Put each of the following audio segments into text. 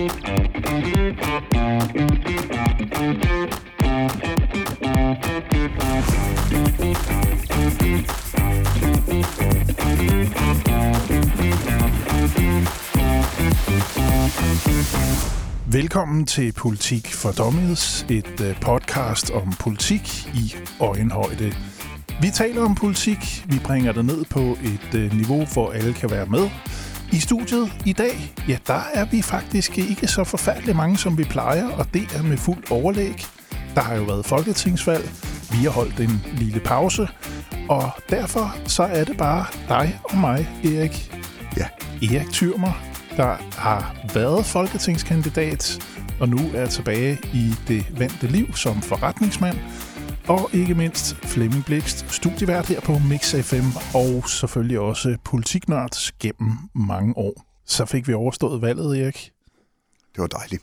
Velkommen til Politik for Dummies, et podcast om politik i øjenhøjde. Vi taler om politik, vi bringer det ned på et niveau, hvor alle kan være med. I studiet i dag, ja, der er vi faktisk ikke så forfærdeligt mange, som vi plejer, og det er med fuld overlæg. Der har jo været folketingsvalg, vi har holdt en lille pause, og derfor så er det bare dig og mig, Erik. Ja. Erik Thürmer, der har været folketingskandidat, og nu er tilbage i det vante liv som forretningsmand, og ikke mindst Flemming Blixt, studievært her på Mix FM, og selvfølgelig også politiknørd gennem mange år. Så fik vi overstået valget, Erik. Det var dejligt.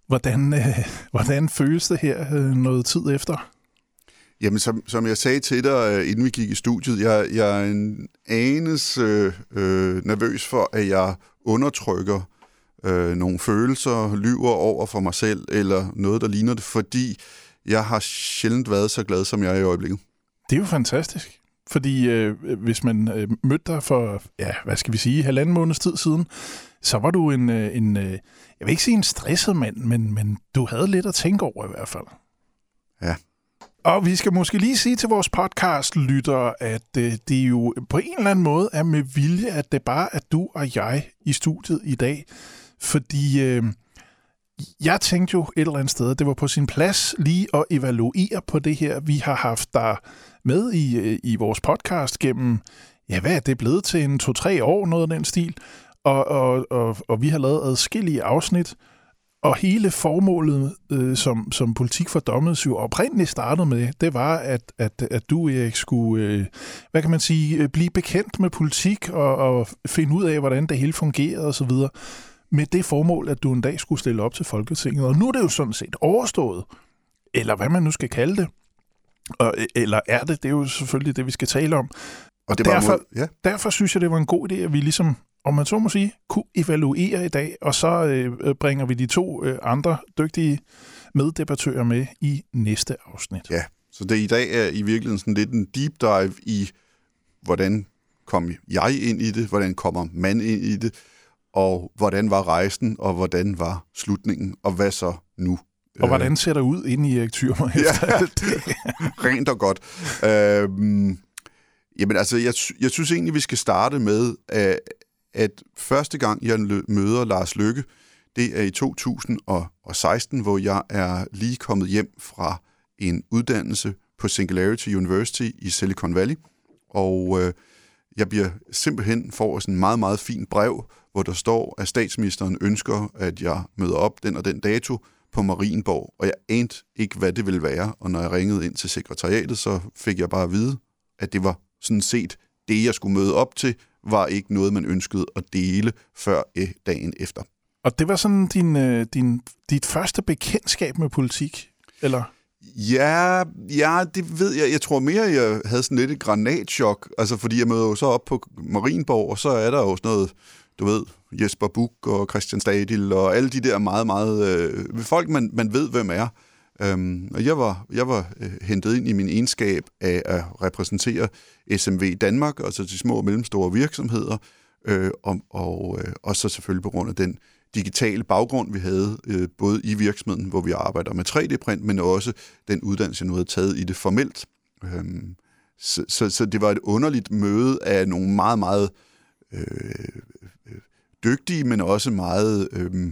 Hvordan føles det her noget tid efter? Jamen, som jeg sagde til dig, inden vi gik i studiet, jeg er en anelse nervøs for, at jeg undertrykker nogle følelser, lyver over for mig selv, eller noget, der ligner det, fordi jeg har sjældent været så glad, som jeg er i øjeblikket. Det er jo fantastisk, fordi hvis man mødte dig for, halvanden måneds tid siden, så var du en jeg vil ikke sige en stresset mand, men du havde lidt at tænke over i hvert fald. Ja. Og vi skal måske lige sige til vores podcast-lyttere, at det jo på en eller anden måde er med vilje, at det bare er du og jeg i studiet i dag. Fordi jeg tænkte jo et eller andet sted, at det var på sin plads lige at evaluere på det her. Vi har haft dig med i vores podcast gennem, ja, hvad er det blevet til, 2-3 år, noget af den stil. Og vi har lavet adskillige afsnit. Og hele formålet, som Politik for Dummies jo oprindeligt startede med, det var, at du, Erik, skulle, blive bekendt med politik og finde ud af, hvordan det hele fungerede osv. Med det formål, at du en dag skulle stille op til Folketinget. Og nu er det jo sådan set overstået, eller hvad man nu skal kalde det. Eller er det? Det er jo selvfølgelig det, vi skal tale om. Og derfor synes jeg, det var en god idé, at vi ligesom, om man så må sige, kunne evaluere i dag, og så bringer vi de 2 andre dygtige meddebattører med i næste afsnit. Ja, så det i dag er i virkeligheden sådan lidt en deep dive i, hvordan kom jeg ind i det, hvordan kommer man ind i det, og hvordan var rejsen, og hvordan var slutningen, og hvad så nu? Og hvordan ser der ud inde i Erik Thürmer efter det? Rent og godt. Jamen altså, jeg synes egentlig, vi skal starte med, at første gang, jeg møder Lars Løkke, det er i 2016, hvor jeg er lige kommet hjem fra en uddannelse på Singularity University i Silicon Valley. Og jeg bliver simpelthen får sådan en meget, meget fint brev, hvor der står, at statsministeren ønsker, at jeg møder op den og den dato på Marienborg. Og jeg anede ikke, hvad det ville være. Og når jeg ringede ind til sekretariatet, så fik jeg bare at vide, at det var sådan set det, jeg skulle møde op til, var ikke noget, man ønskede at dele før dagen efter. Og det var sådan dit første bekendtskab med politik, eller? Ja, det ved jeg. Jeg tror mere, jeg havde sådan lidt et granatschok, altså fordi jeg møder jo så op på Marienborg, og så er der jo sådan noget, du ved, Jesper Buch og Christian Stadil og alle de der meget, meget folk, man ved, hvem er. Og jeg var hentet ind i min egenskab af at repræsentere SMV Danmark, altså de små og mellemstore virksomheder, og så selvfølgelig på grund af den digitale baggrund, vi havde, både i virksomheden, hvor vi arbejder med 3D-print, men også den uddannelse, jeg nu havde taget i det formelt. Så det var et underligt møde af nogle meget, meget dygtige, men også meget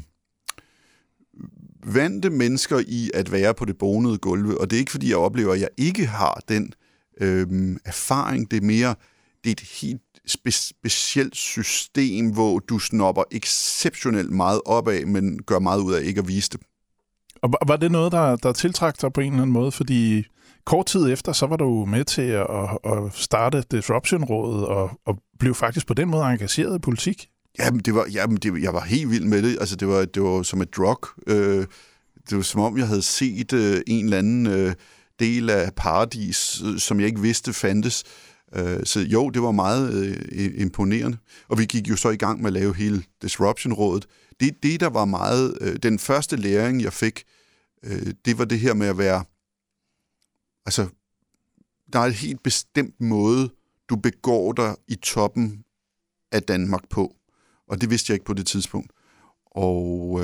vante mennesker i at være på det bonede gulve. Og det er ikke, fordi jeg oplever, at jeg ikke har den erfaring. Det er mere, det er et helt specielt system, hvor du snopper exceptionelt meget opad, men gør meget ud af ikke at vise det. Og var det noget, der tiltrak dig på en eller anden måde? Fordi kort tid efter, så var du med til at starte Disruption-rådet og blev faktisk på den måde engageret i politik. Jeg var helt vild med det. Altså, det var som et drug. Det var som om, jeg havde set en eller anden del af paradis, som jeg ikke vidste fandtes. Så jo, det var meget imponerende. Og vi gik jo så i gang med at lave hele Disruption-rådet. Det, der var meget... den første læring, jeg fik, det var det her med at være... Altså, der er et helt bestemt måde, du begår dig i toppen af Danmark på. Og det vidste jeg ikke på det tidspunkt. Og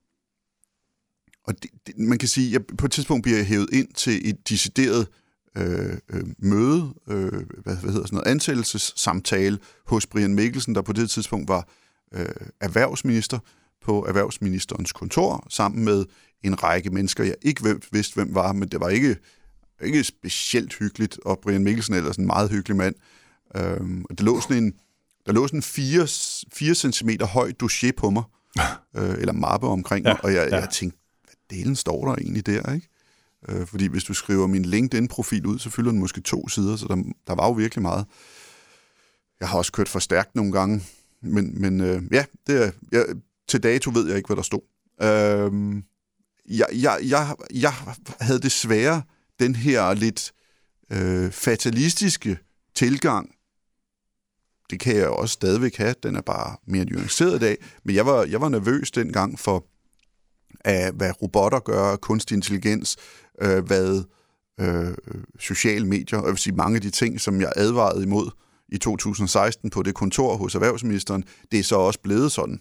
man kan sige, at på et tidspunkt bliver jeg hævet ind til et decideret møde, ansættelsessamtale hos Brian Mikkelsen, der på det tidspunkt var erhvervsminister på erhvervsministerens kontor, sammen med en række mennesker, jeg ikke vidste, hvem var, men det var ikke specielt hyggeligt, og Brian Mikkelsen er ellers en meget hyggelig mand. Og der lå sådan 4 centimeter høj dossier på mig, eller mappe omkring mig, og jeg tænkte, hvad delen står der egentlig der, ikke? Fordi hvis du skriver min LinkedIn-profil ud, så fylder den måske 2 sider, så der var jo virkelig meget. Jeg har også kørt for stærkt nogle gange, men til dato ved jeg ikke, hvad der stod. Jeg havde desværre den her lidt fatalistiske tilgang. Det kan jeg også stadigvæk have, den er bare mere nuanceret i dag, men jeg var nervøs dengang for, hvad robotter gør, kunstig intelligens, hvad sociale medier, og jeg vil sige mange af de ting, som jeg advarede imod i 2016 på det kontor hos erhvervsministeren, det er så også blevet sådan.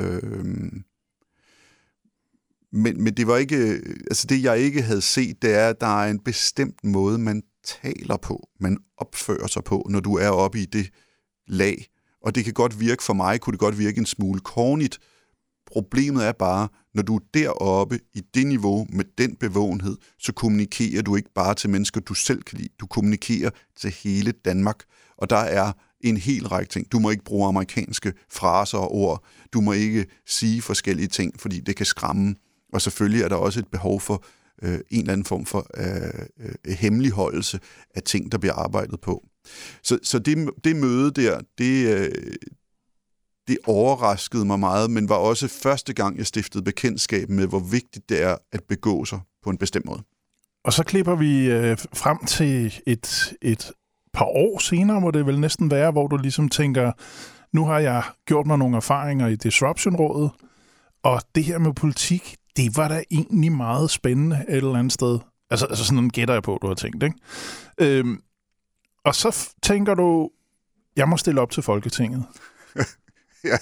Men det var ikke, altså det jeg ikke havde set, det er, at der er en bestemt måde, man taler på, man opfører sig på, når du er oppe i det lag. Og det kan godt virke for mig, kunne det godt virke en smule kornigt. Problemet er bare, når du er deroppe i det niveau med den bevågenhed, så kommunikerer du ikke bare til mennesker, du selv kan lide. Du kommunikerer til hele Danmark. Og der er en hel række ting. Du må ikke bruge amerikanske fraser og ord. Du må ikke sige forskellige ting, fordi det kan skræmme. Og selvfølgelig er der også et behov for en eller anden form for hemmeligholdelse af ting, der bliver arbejdet på. Så det møde der, det overraskede mig meget, men var også første gang, jeg stiftede bekendtskab med, hvor vigtigt det er at begå sig på en bestemt måde. Og så klipper vi frem til et par år senere, må det vel næsten være, hvor du ligesom tænker, nu har jeg gjort mig nogle erfaringer i Disruption-rådet, og det her med politik, det var da egentlig meget spændende et eller andet sted. Altså sådan gætter jeg på, du har tænkt, ikke? Og så tænker du, jeg må stille op til Folketinget. Ja,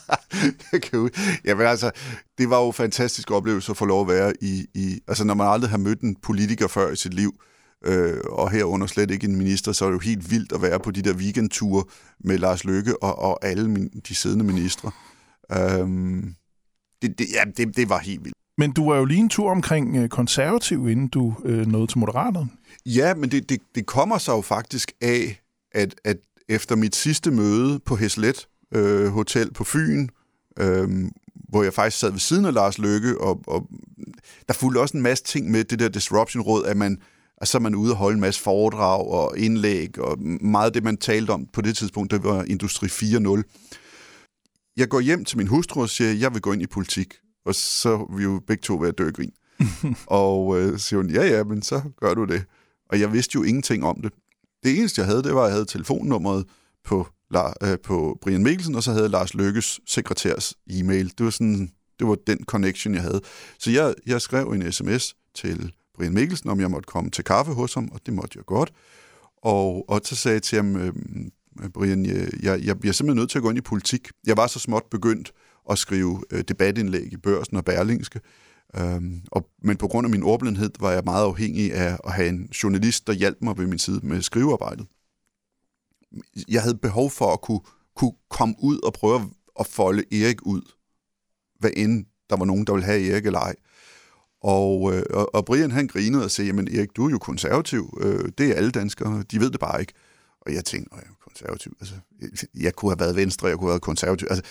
jamen altså, det var jo en fantastisk oplevelse at få lov at være i altså når man aldrig har mødt en politiker før i sit liv, og herunder slet ikke en minister, så er det jo helt vildt at være på de der weekendture med Lars Løkke og alle de siddende ministre. Det var helt vildt. Men du var jo lige en tur omkring konservativ, inden du nåede til Moderaterne. Ja, men det kommer så jo faktisk af, at efter mit sidste møde på Heslet Hotel på Fyn, hvor jeg faktisk sad ved siden af Lars Løkke, og der fulgte også en masse ting med det der Disruption-råd, at så er man ude og holde en masse foredrag og indlæg, og meget af det, man talte om på det tidspunkt, det var Industri 4.0. Jeg går hjem til min hustru og siger, jeg vil gå ind i politik, og så vil vi jo begge to være døgrin. Og siger hun, ja, men så gør du det. Og jeg vidste jo ingenting om det. Det eneste, jeg havde, det var, at jeg havde telefonnummeret på Brian Mikkelsen, og så havde Lars Løkkes sekretærs e-mail. Det var den connection, jeg havde. Så jeg skrev en sms til Brian Mikkelsen, om jeg måtte komme til kaffe hos ham, og det måtte jeg godt. Og så sagde jeg til ham, Brian, jeg bliver simpelthen nødt til at gå ind i politik. Jeg var så småt begyndt at skrive debatindlæg i Børsen og Berlingske, men på grund af min ordblindhed var jeg meget afhængig af at have en journalist, der hjalp mig ved min side med skrivearbejdet. Jeg havde behov for at kunne komme ud og prøve at folde Erik ud, hvad end der var nogen, der ville have Erik eller ej. Og Brian, han grinede og sagde, jamen Erik, du er jo konservativ, det er alle danskere, de ved det bare ikke. Og jeg tænkte, konservativ, altså, jeg kunne have været venstre, jeg kunne have været konservativ, altså,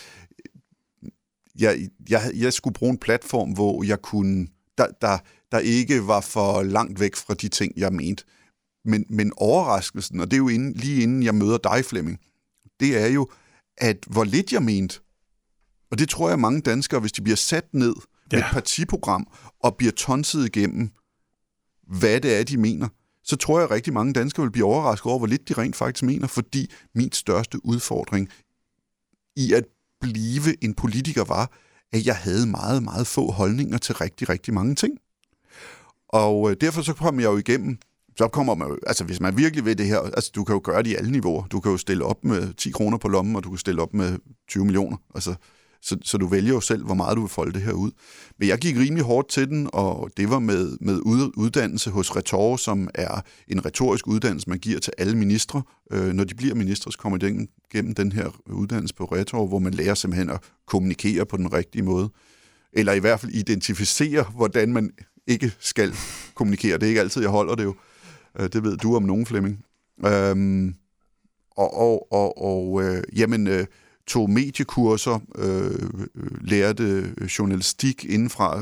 jeg skulle bruge en platform, hvor jeg kunne, der ikke var for langt væk fra de ting, jeg mente. Men overraskelsen, og det er jo lige inden jeg møder dig, Flemming, det er jo, at hvor lidt jeg mente, og det tror jeg mange danskere, hvis de bliver sat ned med et partiprogram, og bliver tonset igennem, hvad det er, de mener, så tror jeg, at rigtig mange danskere vil blive overrasket over, hvor lidt de rent faktisk mener, fordi min største udfordring i at blive en politiker var, at jeg havde meget, meget få holdninger til rigtig, rigtig mange ting. Og derfor så kom jeg jo igennem. Så kommer man jo, altså hvis man virkelig vil det her, altså du kan jo gøre det i alle niveauer. Du kan jo stille op med 10 kroner på lommen, og du kan stille op med 20 millioner. Altså, så du vælger jo selv, hvor meget du vil folde det her ud. Men jeg gik rimelig hårdt til den, og det var med uddannelse hos Rhetor, som er en retorisk uddannelse, man giver til alle ministre. Når de bliver ministre, så kommer de gennem den her uddannelse på Rhetor, hvor man lærer simpelthen at kommunikere på den rigtige måde. Eller i hvert fald identificere, hvordan man ikke skal kommunikere. Det er ikke altid, jeg holder det jo. Det ved du om nogen, Flemming. Tog mediekurser, lærte journalistik indenfra.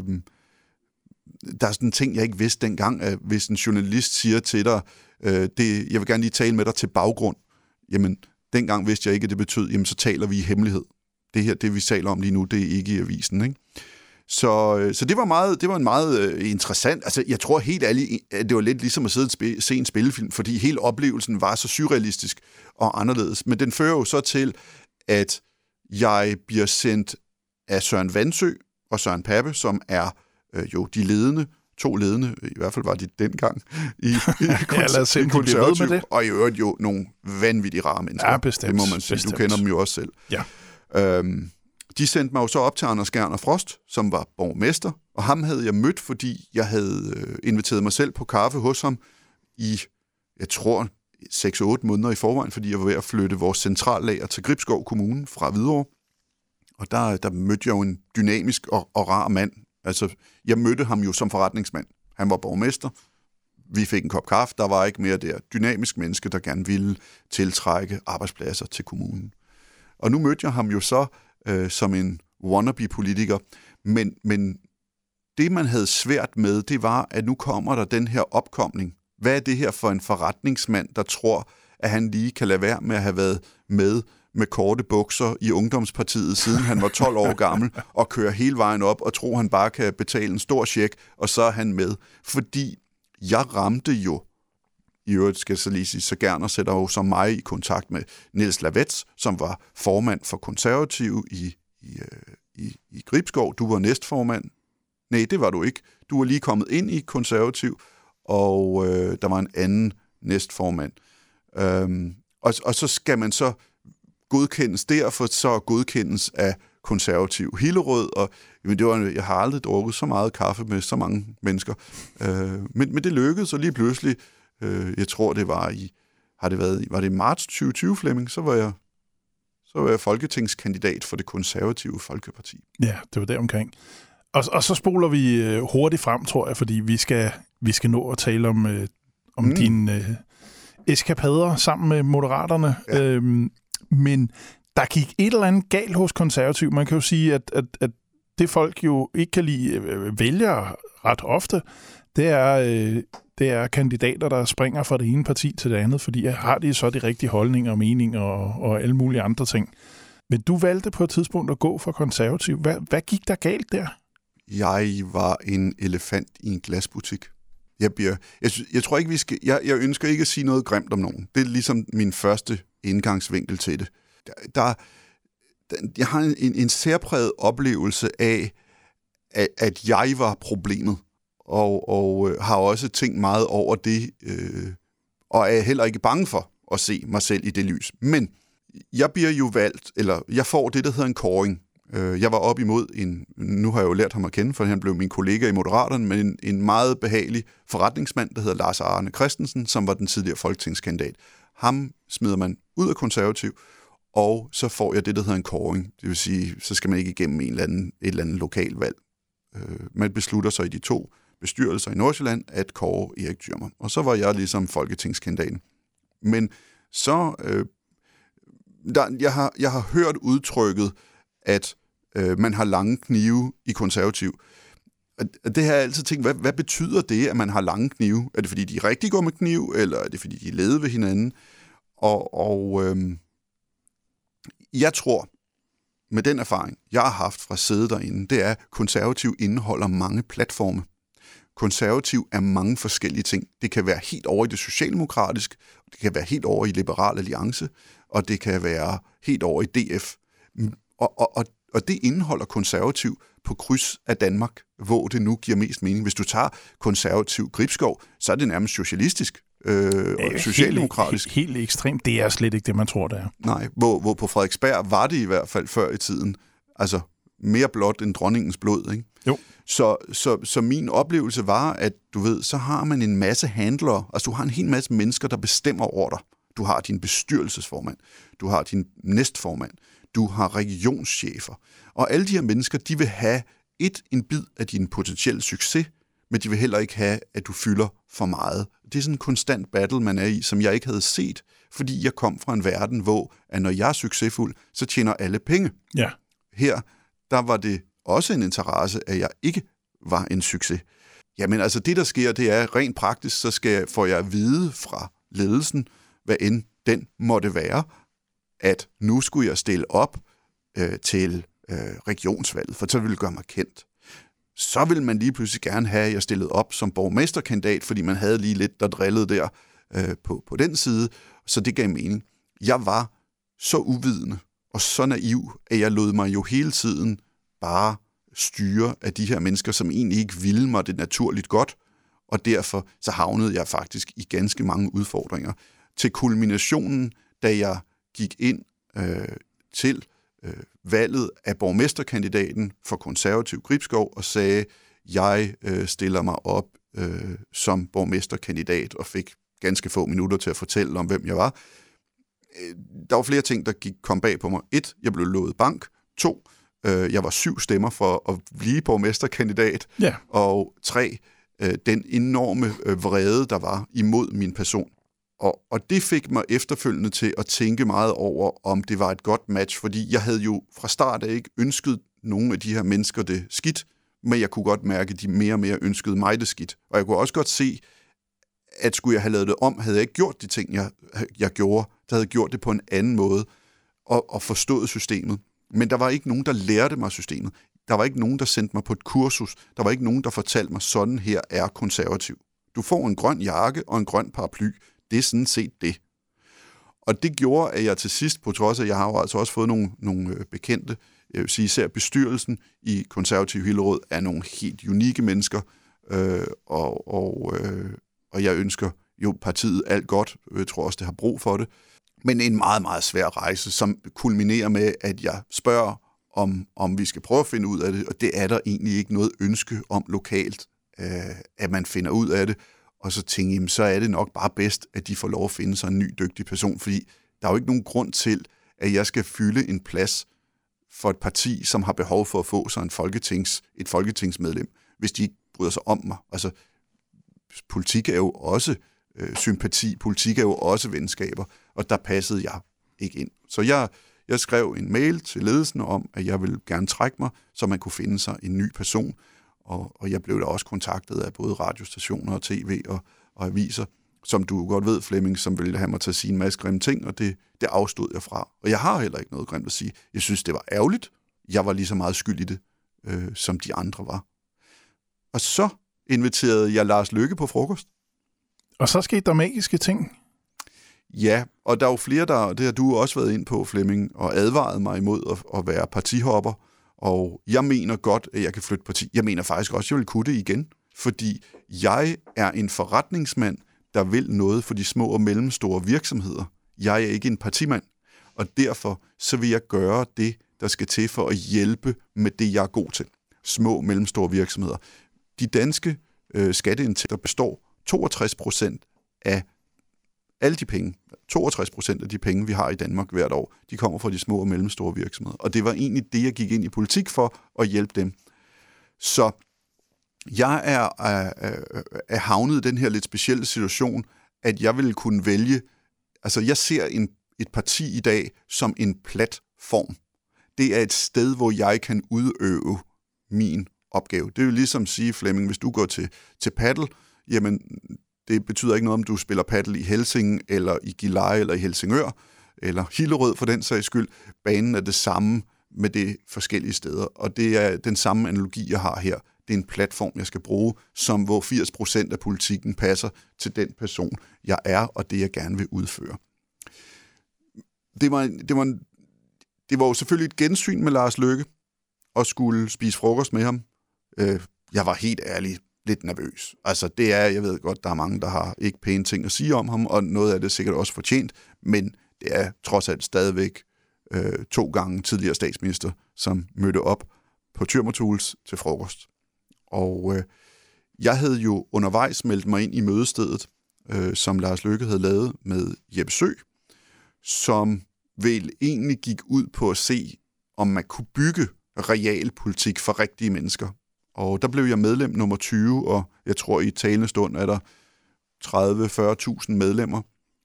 Der er sådan en ting, jeg ikke vidste dengang, at hvis en journalist siger til dig, jeg vil gerne lige tale med dig til baggrund, jamen dengang vidste jeg ikke, at det betød, jamen så taler vi i hemmelighed. Det her, det vi taler om lige nu, det er ikke i avisen, ikke? Så det var en meget interessant, altså jeg tror helt ærligt, at det var lidt ligesom at sidde og se en spillefilm, fordi hele oplevelsen var så surrealistisk og anderledes. Men den fører jo så til, at jeg bliver sendt af Søren Vandsø og Søren Pape, som er jo de to ledende, i hvert fald var de dengang, i konservativ, og i øvrigt jo nogle vanvittigt rare mennesker. Ja, bestemt. Det må man sige. Bestemt. Du kender dem jo også selv. Ja. De sendte mig jo så op til Anders Gerner Frost, som var borgmester, og ham havde jeg mødt, fordi jeg havde inviteret mig selv på kaffe hos ham i, jeg tror, 6-8 måneder i forvejen, fordi jeg var ved at flytte vores centrallager til Gribskov Kommune fra Hvidovre. Og der mødte jeg jo en dynamisk og rar mand. Altså, jeg mødte ham jo som forretningsmand. Han var borgmester. Vi fik en kop kaffe. Der var ikke mere der. Dynamisk menneske, der gerne ville tiltrække arbejdspladser til kommunen. Og nu mødte jeg ham jo så som en wannabe-politiker. Men det, man havde svært med, det var, at nu kommer der den her opkomling. Hvad er det her for en forretningsmand, der tror, at han lige kan lade være med at have været med korte bukser i Ungdomspartiet, siden han var 12 år gammel, og køre hele vejen op og tro, han bare kan betale en stor check, og så er han med. Fordi jeg ramte jo, i øvrigt skal jeg så lige sige, så gerne og sætter jo som mig i kontakt med Niels Lavets, som var formand for Konservative i Gribskov. Du var næstformand. Nej, det var du ikke. Du var lige kommet ind i Konservativ, og der var en anden næstformand. Og så skal man så godkendes derfor, så godkendes af Konservativ Hillerød, og jamen, jeg har aldrig drukket så meget kaffe med så mange mennesker. Men det lykkedes, og lige pludselig, jeg tror det var var det marts 2020, Flemming, så var jeg folketingskandidat for det Konservative Folkeparti. Ja, det var der omkring. Og så spoler vi hurtigt frem, tror jeg, fordi vi skal nå at tale om dine eskapader sammen med Moderaterne. Ja. Men der gik et eller andet galt hos Konservativ. Man kan jo sige, at det folk jo ikke kan lide vælgere ret ofte, det er kandidater, der springer fra det ene parti til det andet, fordi har de så de rigtige holdninger og meninger og alle mulige andre ting. Men du valgte på et tidspunkt at gå for Konservativ. Hvad gik der galt der? Jeg var en elefant i en glasbutik. Jeg tror ikke, jeg ønsker ikke at sige noget grimt om nogen. Det er ligesom min første indgangsvinkel til det. Jeg har en særpræget oplevelse af, at jeg var problemet, og har også tænkt meget over det, og er heller ikke bange for at se mig selv i det lys. Men jeg bliver jo valgt, eller jeg får det, der hedder en kåring. Jeg var op imod nu har jeg jo lært ham at kende, for han blev min kollega i Moderaterne, men en meget behagelig forretningsmand, der hedder Lars Arne Christensen, som var den tidligere folketingskandidat. Ham smider man ud af Konservativ, og så får jeg det, der hedder en kåring. Det vil sige, så skal man ikke igennem et eller andet lokalvalg. Man beslutter sig i de 2 bestyrelser i Nordsjælland at kåre Erik Djurmer. Og så var jeg ligesom folketingskandidaten. Men så jeg har hørt udtrykket, at man har lange knive i Konservativ. Det har jeg altid tænkt, hvad betyder det, at man har lange knive? Er det, fordi de rigtig går med kniv, eller er det, fordi de leder ved hinanden? Og jeg tror, med den erfaring, jeg har haft fra at sidde derinde, det er, at Konservativ indeholder mange platforme. konservativ er mange forskellige ting. Det kan være helt over i det socialdemokratiske, det kan være helt over i Liberal Alliance, og det kan være helt over i DF. Og det indeholder konservativ på kryds af Danmark, hvor det nu giver mest mening. Hvis du tager konservativ Gribskov, så er det nærmest socialistisk og socialdemokratisk. Helt ekstremt. Det er slet ikke det, man tror, det er. Nej, hvor på Frederiksberg var det i hvert fald før i tiden. Altså mere blot end dronningens blod, ikke? Jo. Så min oplevelse var, at du ved, så har man en masse handlere, altså du har en hel masse mennesker, der bestemmer over dig. Du har din bestyrelsesformand, du har din næstformand, du har regionschefer. Og alle de her mennesker, de vil have en bid af din potentielle succes, men de vil heller ikke have, at du fylder for meget. Det er sådan en konstant battle, man er i, som jeg ikke havde set, fordi jeg kom fra en verden, hvor at når jeg er succesfuld, så tjener alle penge. Ja. Her, der var det også en interesse, at jeg ikke var en succes. Jamen altså det, der sker, det er rent praktisk, så får jeg at vide fra ledelsen, hvad end den måtte være, at nu skulle jeg stille op til regionsvalget, for så ville det gøre mig kendt. Så ville man lige pludselig gerne have, at jeg stillede op som borgmesterkandidat, fordi man havde lige lidt, der drillede der på den side, så det gav mening. Jeg var så uvidende og så naiv, at jeg lod mig jo hele tiden bare styre af de her mennesker, som egentlig ikke ville mig det naturligt godt, og derfor så havnede jeg faktisk i ganske mange udfordringer. Til kulminationen, da jeg gik ind til valget af borgmesterkandidaten for konservativ Gribskov og sagde, jeg stiller mig op som borgmesterkandidat og fik ganske få minutter til at fortælle om, hvem jeg var. Der var flere ting, der kom bag på mig. 1. Jeg blev lovet bank. 2. Jeg var 7 stemmer for at blive borgmesterkandidat. Ja. Og 3. Den enorme vrede, der var imod min person. Og det fik mig efterfølgende til at tænke meget over, om det var et godt match, fordi jeg havde jo fra start af ikke ønsket nogen af de her mennesker det skidt, men jeg kunne godt mærke, at de mere og mere ønskede mig det skidt. Og jeg kunne også godt se, at skulle jeg have lavet det om, havde jeg ikke gjort de ting, jeg gjorde, der havde gjort det på en anden måde og forstået systemet. Men der var ikke nogen, der lærte mig systemet. Der var ikke nogen, der sendte mig på et kursus. Der var ikke nogen, der fortalte mig, sådan her er konservativ. Du får en grøn jakke og en grøn paraply. Det er sådan set det. Og det gjorde, at jeg til sidst, på trods af, at jeg har jo altså også fået nogle bekendte, jeg vil sige især bestyrelsen i Konservativ Hillerød, er nogle helt unikke mennesker, og jeg ønsker jo partiet alt godt. Jeg tror også, det har brug for det. Men en meget, meget svær rejse, som kulminerer med, at jeg spørger, om vi skal prøve at finde ud af det, og det er der egentlig ikke noget ønske om lokalt, at man finder ud af det. Og så tænkte jeg, så er det nok bare bedst, at de får lov at finde sig en ny dygtig person, fordi der er jo ikke nogen grund til, at jeg skal fylde en plads for et parti, som har behov for at få sig et folketingsmedlem, hvis de ikke bryder sig om mig. Altså, politik er jo også sympati, politik er jo også venskaber, og der passede jeg ikke ind. Så jeg skrev en mail til ledelsen om, at jeg ville gerne trække mig, så man kunne finde sig en ny person, og jeg blev da også kontaktet af både radiostationer og tv og aviser, som du godt ved, Flemming, som ville have mig til at sige en masse grimme ting, og det afstod jeg fra. Og jeg har heller ikke noget grimt at sige. Jeg synes, det var ærgerligt. Jeg var lige så meget skyld i det, som de andre var. Og så inviterede jeg Lars Løkke på frokost. Og så skete der magiske ting. Ja, og der er jo flere, det har du også været ind på, Flemming, og advaret mig imod at være partihopper. Og jeg mener godt, at jeg kan flytte parti. Jeg mener faktisk også, at jeg vil kunne det igen. Fordi jeg er en forretningsmand, der vil noget for de små og mellemstore virksomheder. Jeg er ikke en partimand. Og derfor så vil jeg gøre det, der skal til for at hjælpe med det, jeg er god til. Små og mellemstore virksomheder. De danske skatteindtægter består 62% af alle de penge. 62% af de penge, vi har i Danmark hvert år, de kommer fra de små og mellemstore virksomheder. Og det var egentlig det, jeg gik ind i politik for, at hjælpe dem. Så jeg er havnet i den her lidt specielle situation, at jeg ville kunne vælge, altså jeg ser et parti i dag som en platform. Det er et sted, hvor jeg kan udøve min opgave. Det er jo ligesom at sige, Flemming, hvis du går til paddle, jamen det betyder ikke noget, om du spiller paddle i Helsinge, eller i Gilleleje, eller i Helsingør, eller Hillerød for den sags skyld. Banen er det samme med det forskellige steder, og det er den samme analogi, jeg har her. det er en platform, jeg skal bruge, hvor 80% af politikken passer til den person, jeg er, og det, jeg gerne vil udføre. Det var jo selvfølgelig et gensyn med Lars Løkke, og skulle spise frokost med ham. Jeg var helt ærlig lidt nervøs. Altså, jeg ved godt, der er mange, der har ikke pæne ting at sige om ham, og noget af det er sikkert også fortjent, men det er trods alt stadigvæk 2 gange tidligere statsminister, som mødte op på Tyrmertools til frokost. Og jeg havde jo undervejs meldt mig ind i mødestedet, som Lars Løkke havde lavet med Jeppe Søe, som vel egentlig gik ud på at se, om man kunne bygge realpolitik for rigtige mennesker. Og der blev jeg medlem nummer 20, og jeg tror i talende stund er der 30-40.000 medlemmer.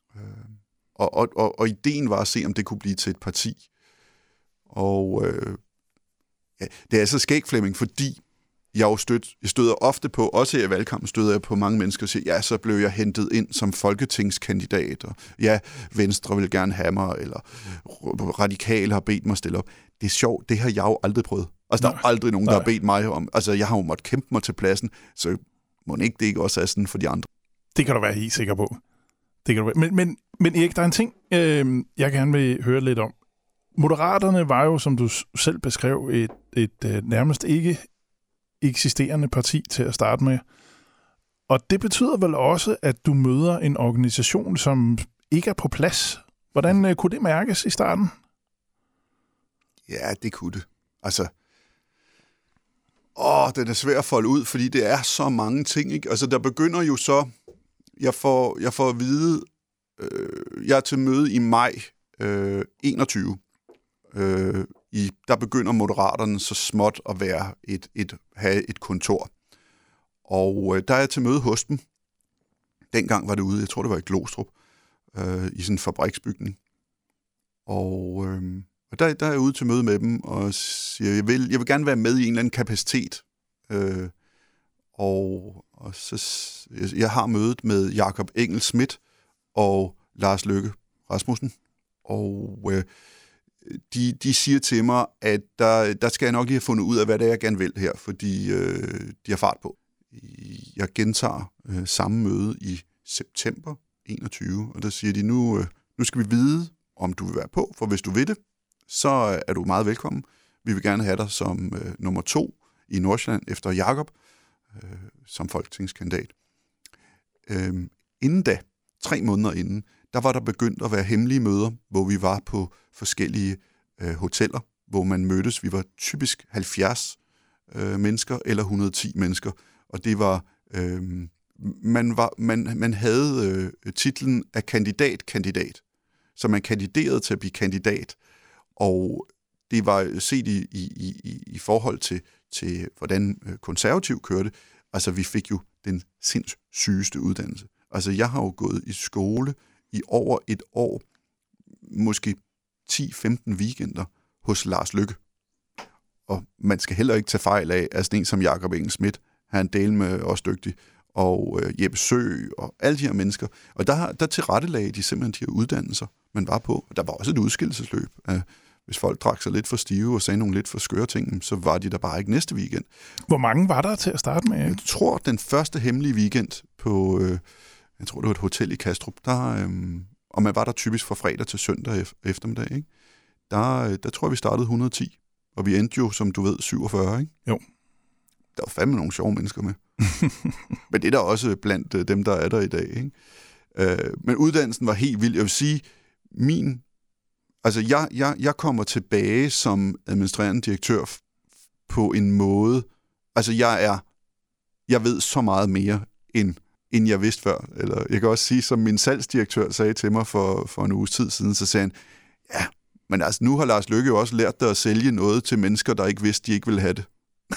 Og ideen var at se, om det kunne blive til et parti. Og det er så skægt, Flemming, fordi jeg støder ofte på, også her i valgkampen støder jeg på mange mennesker og siger, ja, så blev jeg hentet ind som folketingskandidat, og ja, Venstre vil gerne have mig, eller Radikale har bedt mig stille op. Det er sjovt, det har jeg jo aldrig prøvet. Altså, der er aldrig nogen, der har bedt mig om. Altså, jeg har jo måttet kæmpe mig til pladsen, så må det ikke også er sådan for de andre. Det kan du være helt sikker på. Det kan du være. Men Erik, der er en ting, jeg gerne vil høre lidt om. Moderaterne var jo, som du selv beskrev, et nærmest ikke eksisterende parti til at starte med. Og det betyder vel også, at du møder en organisation, som ikke er på plads. Hvordan kunne det mærkes i starten? Ja, det kunne det. Altså, den er svær at folde ud, fordi det er så mange ting, ikke? Altså, der begynder jo så, jeg får at vide, jeg er til møde i maj 21. Der begynder Moderaterne så småt at være have et kontor. Og der er jeg til møde hos dem. Dengang var det ude, jeg tror det var i Glostrup, i sådan en fabriksbygning. Og der er jeg ude til møde med dem, og siger, jeg vil gerne være med i en eller anden kapacitet. Og så, jeg har mødet med Jakob Engel-Schmidt og Lars Løkke Rasmussen, og de siger til mig, at der skal jeg nok lige have fundet ud af, hvad det er, jeg gerne vil her, fordi de har fart på. Jeg gentager samme møde i september 21, og der siger de, nu skal vi vide, om du vil være på, for hvis du vil det, så er du meget velkommen. Vi vil gerne have dig som nummer 2 i Nordsjælland efter Jakob, som folketingskandidat. Inden da, 3 måneder inden, der var der begyndt at være hemmelige møder, hvor vi var på forskellige hoteller, hvor man mødtes. Vi var typisk 70 mennesker eller 110 mennesker, og det var man havde titlen af kandidat, så man kandiderede til at blive kandidat, og det var set i forhold til hvordan konservativ kørte. Altså, vi fik jo den sindssygeste uddannelse. Altså, jeg har jo gået i skole i over et år, måske 10-15 weekender hos Lars Løkke. Og man skal heller ikke tage fejl af, at sådan en som Jakob Engel-Schmidt, han del med os dygtig, og Jeppe Søe og alle de her mennesker. Og der tilrettelagde de simpelthen de her uddannelser, man var på. Og der var også et udskillelsesløb. Hvis folk drak sig lidt for stive og sagde nogle lidt for skøre ting, så var de der bare ikke næste weekend. Hvor mange var der til at starte med? Jeg tror, den første hemmelige weekend på, jeg tror det var et hotel i Kastrup, og man var der typisk fra fredag til søndag eftermiddag, ikke? Der tror jeg, vi startede 110, og vi endte jo, som du ved, 47, ikke? Jo. Der var fandme nogle sjove mennesker med. Men det er der også blandt dem, der er der i dag, ikke? Men uddannelsen var helt vild. Jeg vil sige, jeg kommer tilbage som administrerende direktør på en måde, altså jeg ved så meget mere, end jeg vidste før. Eller jeg kan også sige, som min salgsdirektør sagde til mig for en uges tid siden, så sagde han, ja, men altså nu har Lars Løkke jo også lært dig at sælge noget til mennesker, der ikke vidste, de ikke ville have det.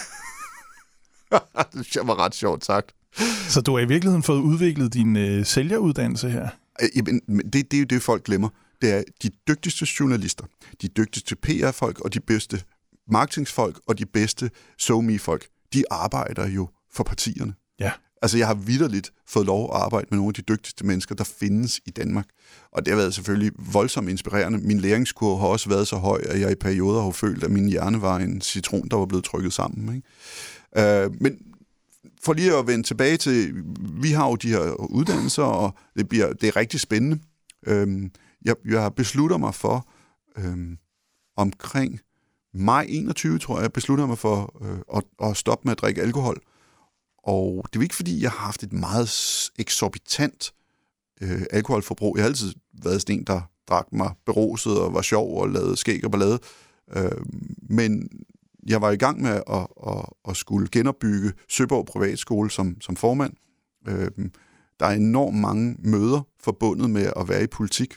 Det var ret sjovt sagt. Så du har i virkeligheden fået udviklet din sælgeruddannelse her? Jamen, det er jo det, folk glemmer. Det er de dygtigste journalister, de dygtigste PR-folk og de bedste marketingsfolk og de bedste SoMe-folk. De arbejder jo for partierne. Ja. Altså, jeg har vitterligt fået lov at arbejde med nogle af de dygtigste mennesker, der findes i Danmark. Og det har været selvfølgelig voldsomt inspirerende. Min læringskurve har også været så høj, at jeg i perioder har følt, at min hjerne var en citron, der var blevet trykket sammen. Ikke? Men for lige at vende tilbage til, vi har jo de her uddannelser, og det er rigtig spændende. Jeg beslutter mig for, omkring maj 21, tror jeg, beslutter mig for at stoppe med at drikke alkohol. Og det er jo ikke, fordi jeg har haft et meget eksorbitant alkoholforbrug. Jeg har altid været sådan en, der drak mig beruset og var sjov og lavede skæg og ballade. Men jeg var i gang med at skulle genopbygge Søborg Privatskole som formand. Der er enormt mange møder forbundet med at være i politik.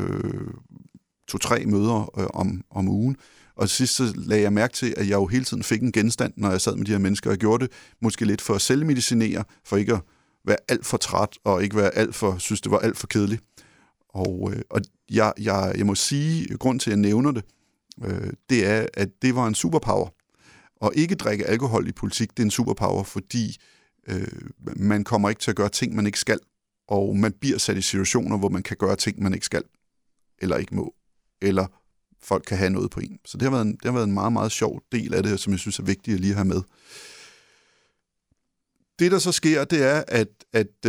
2-3 møder om ugen. Og sidst så lagde jeg mærke til, at jeg jo hele tiden fik en genstand, når jeg sad med de her mennesker. Jeg gjorde det måske lidt for at selvmedicinere, for ikke at være alt for træt, og ikke være synes det var alt for kedeligt. Og jeg må sige, grund til, at jeg nævner det, det er, at det var en superpower. Og ikke drikke alkohol i politik, det er en superpower, fordi man kommer ikke til at gøre ting, man ikke skal. Og man bliver sat i situationer, hvor man kan gøre ting, man ikke skal, eller ikke må, eller folk kan have noget på en. Så det har været en meget, meget sjov del af det, som jeg synes er vigtigt at lige have med. Det, der så sker, det er, at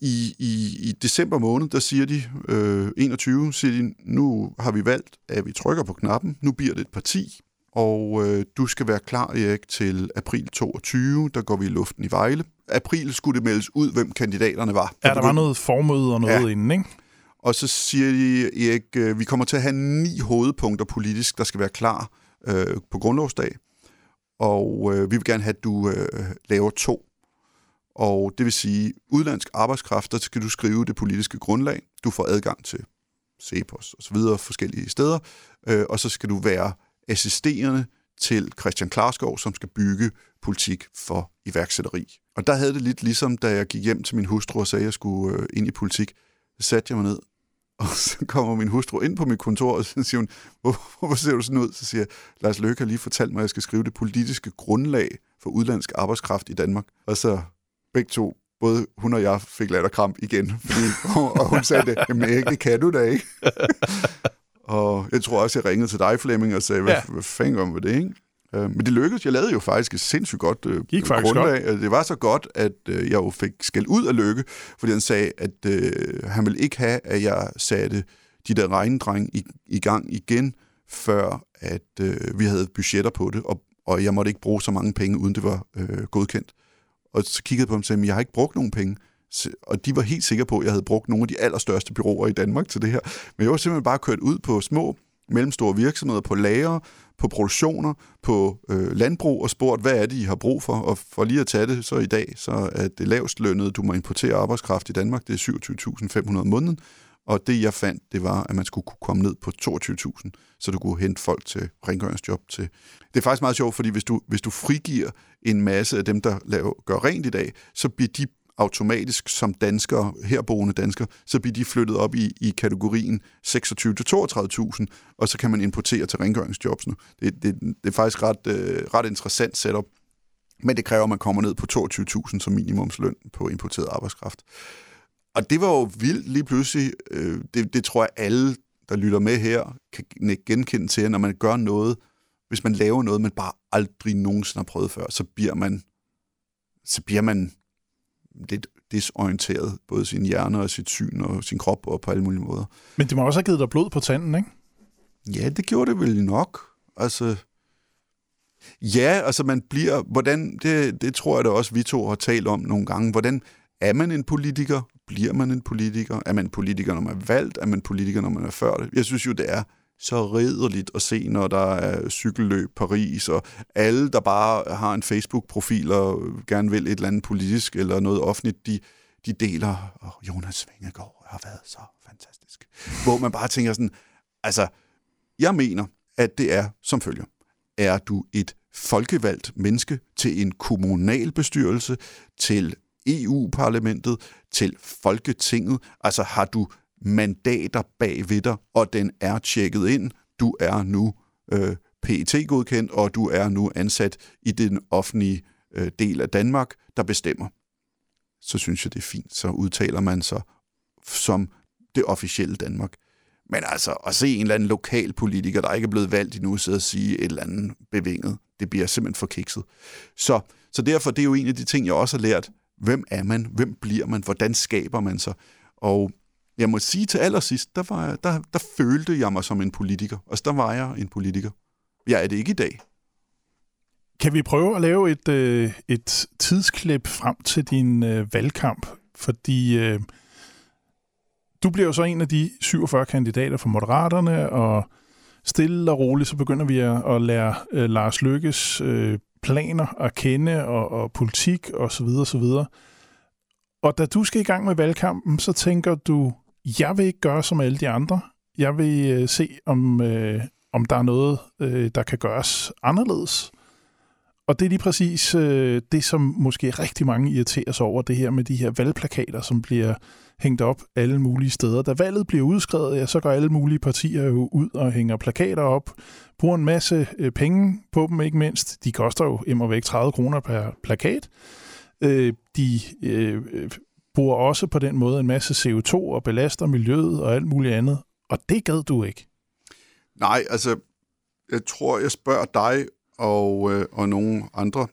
i december måned, der siger de, 21, siger de, nu har vi valgt, at vi trykker på knappen, nu bliver det et parti, og du skal være klar, Erik, til april 22, der går vi i luften i Vejle. April skulle det meldes ud, hvem kandidaterne var. Ja, der var noget formøde og noget inden, ikke? Og så siger de, Erik, vi kommer til at have 9 hovedpunkter politisk, der skal være klar på grundlovsdag. Og vi vil gerne have, at du laver 2. Og det vil sige, udlandsk arbejdskraft, der skal du skrive det politiske grundlag. Du får adgang til CEPOS og så videre, forskellige steder. Og så skal du være assisterende til Christian Klarskov, som skal bygge politik for iværksætteri. Og der havde det lidt ligesom, da jeg gik hjem til min hustru og sagde, at jeg skulle ind i politik. Så satte jeg mig ned, og så kommer min hustru ind på mit kontor, og så siger hun, hvorfor ser du sådan ud? Så siger jeg, Lars Løkke har lige fortalt mig, at jeg skal skrive det politiske grundlag for udlandsk arbejdskraft i Danmark. Og så begge to, både hun og jeg, fik latterkramp igen, og hun sagde det, jamen Erik, det kan du da ikke. Og jeg tror også, jeg ringede til dig, Flemming, og sagde, hvad fanden om det, ikke? Men det lykkedes. Jeg lavede jo faktisk et sindssygt godt grundlag. Godt. Det var så godt, at jeg jo fik skæld ud af Løkke, fordi han sagde, at han ville ikke have, at jeg satte de der regnedreng i gang igen, før at vi havde budgetter på det, og jeg måtte ikke bruge så mange penge, uden det var godkendt. Og så kiggede jeg på ham og sagde, jeg har ikke brugt nogen penge. Og de var helt sikre på, at jeg havde brugt nogle af de allerstørste bureauer i Danmark til det her. Men jeg var simpelthen bare kørt ud på små, mellemstore virksomheder, på lagre, på produktioner, på landbrug og spurgt, hvad er det, I har brug for? Og for lige at tage det, så i dag, så er det lavest lønnede, du må importere arbejdskraft i Danmark, det er 27.500 om måneden. Og det, jeg fandt, det var, at man skulle kunne komme ned på 22.000, så du kunne hente folk til rengøringsjob til. Det er faktisk meget sjovt, fordi hvis du frigiver en masse af dem, der gør rent i dag, så bliver de automatisk som danskere, herboende danskere, så bliver de flyttet op i kategorien 26-32.000, og så kan man importere til rengøringsjobs nu. Det er faktisk ret interessant setup, men det kræver, at man kommer ned på 22.000 som minimumsløn på importeret arbejdskraft. Og det var jo vildt lige pludselig. Det tror jeg, alle, der lytter med her, kan genkende til, når man gør noget, hvis man laver noget, man bare aldrig nogensinde har prøvet før, så bliver man lidt desorienteret, både sin hjerne og sit syn og sin krop og på alle mulige måder. Men det må også have givet dig blod på tanden, ikke? Ja, det gjorde det vel nok. Altså, man bliver, hvordan, det tror jeg da også, vi to har talt om nogle gange, hvordan er man en politiker? Bliver man en politiker? Er man en politiker, når man er valgt? Er man en politiker, når man er før det? Jeg synes jo, det er så ridderligt at se, når der er cykelløb Paris, og alle, der bare har en Facebook-profil og gerne vil et eller andet politisk eller noget offentligt, de deler, Jonas Vingegaard har været så fantastisk. Hvor man bare tænker sådan, altså, jeg mener, at det er som følger. Er du et folkevalgt menneske til en kommunalbestyrelse, til EU-parlamentet, til Folketinget, altså har du mandater bag ved dig, og den er tjekket ind. Du er nu PET-godkendt, og du er nu ansat i den offentlige del af Danmark, der bestemmer. så synes jeg, det er fint. Så udtaler man sig som det officielle Danmark. Men altså, at se en eller anden lokal politiker, der ikke er blevet valgt endnu, sidde og sige et eller andet bevinget, det bliver simpelthen for kikset. Så derfor, det er jo en af de ting, jeg også har lært. Hvem er man? Hvem bliver man? Hvordan skaber man sig? Og jeg må sige til allersidst, der følte jeg mig som en politiker. Altså, der var jeg en politiker. Jeg er det ikke i dag. Kan vi prøve at lave et tidsklip frem til din valgkamp? Fordi du bliver jo så en af de 47 kandidater for Moderaterne, og stille og roligt, så begynder vi at lære Lars Løkkes planer at kende, og politik og så videre, så videre. Og da du skal i gang med valgkampen, så tænker du, jeg vil ikke gøre som alle de andre. Jeg vil se, om der er noget, der kan gøres anderledes. Og det er lige præcis det, som måske rigtig mange irriterer sig over, det her med de her valgplakater, som bliver hængt op alle mulige steder. Da valget bliver udskrevet, ja, så går alle mulige partier jo ud og hænger plakater op, bruger en masse penge på dem, ikke mindst. De koster jo immervæk 30 kroner per plakat. De bruger også på den måde en masse CO2 og belaster miljøet og alt muligt andet. Og det gad du ikke. Nej, altså, jeg tror, jeg spørger dig og nogle andre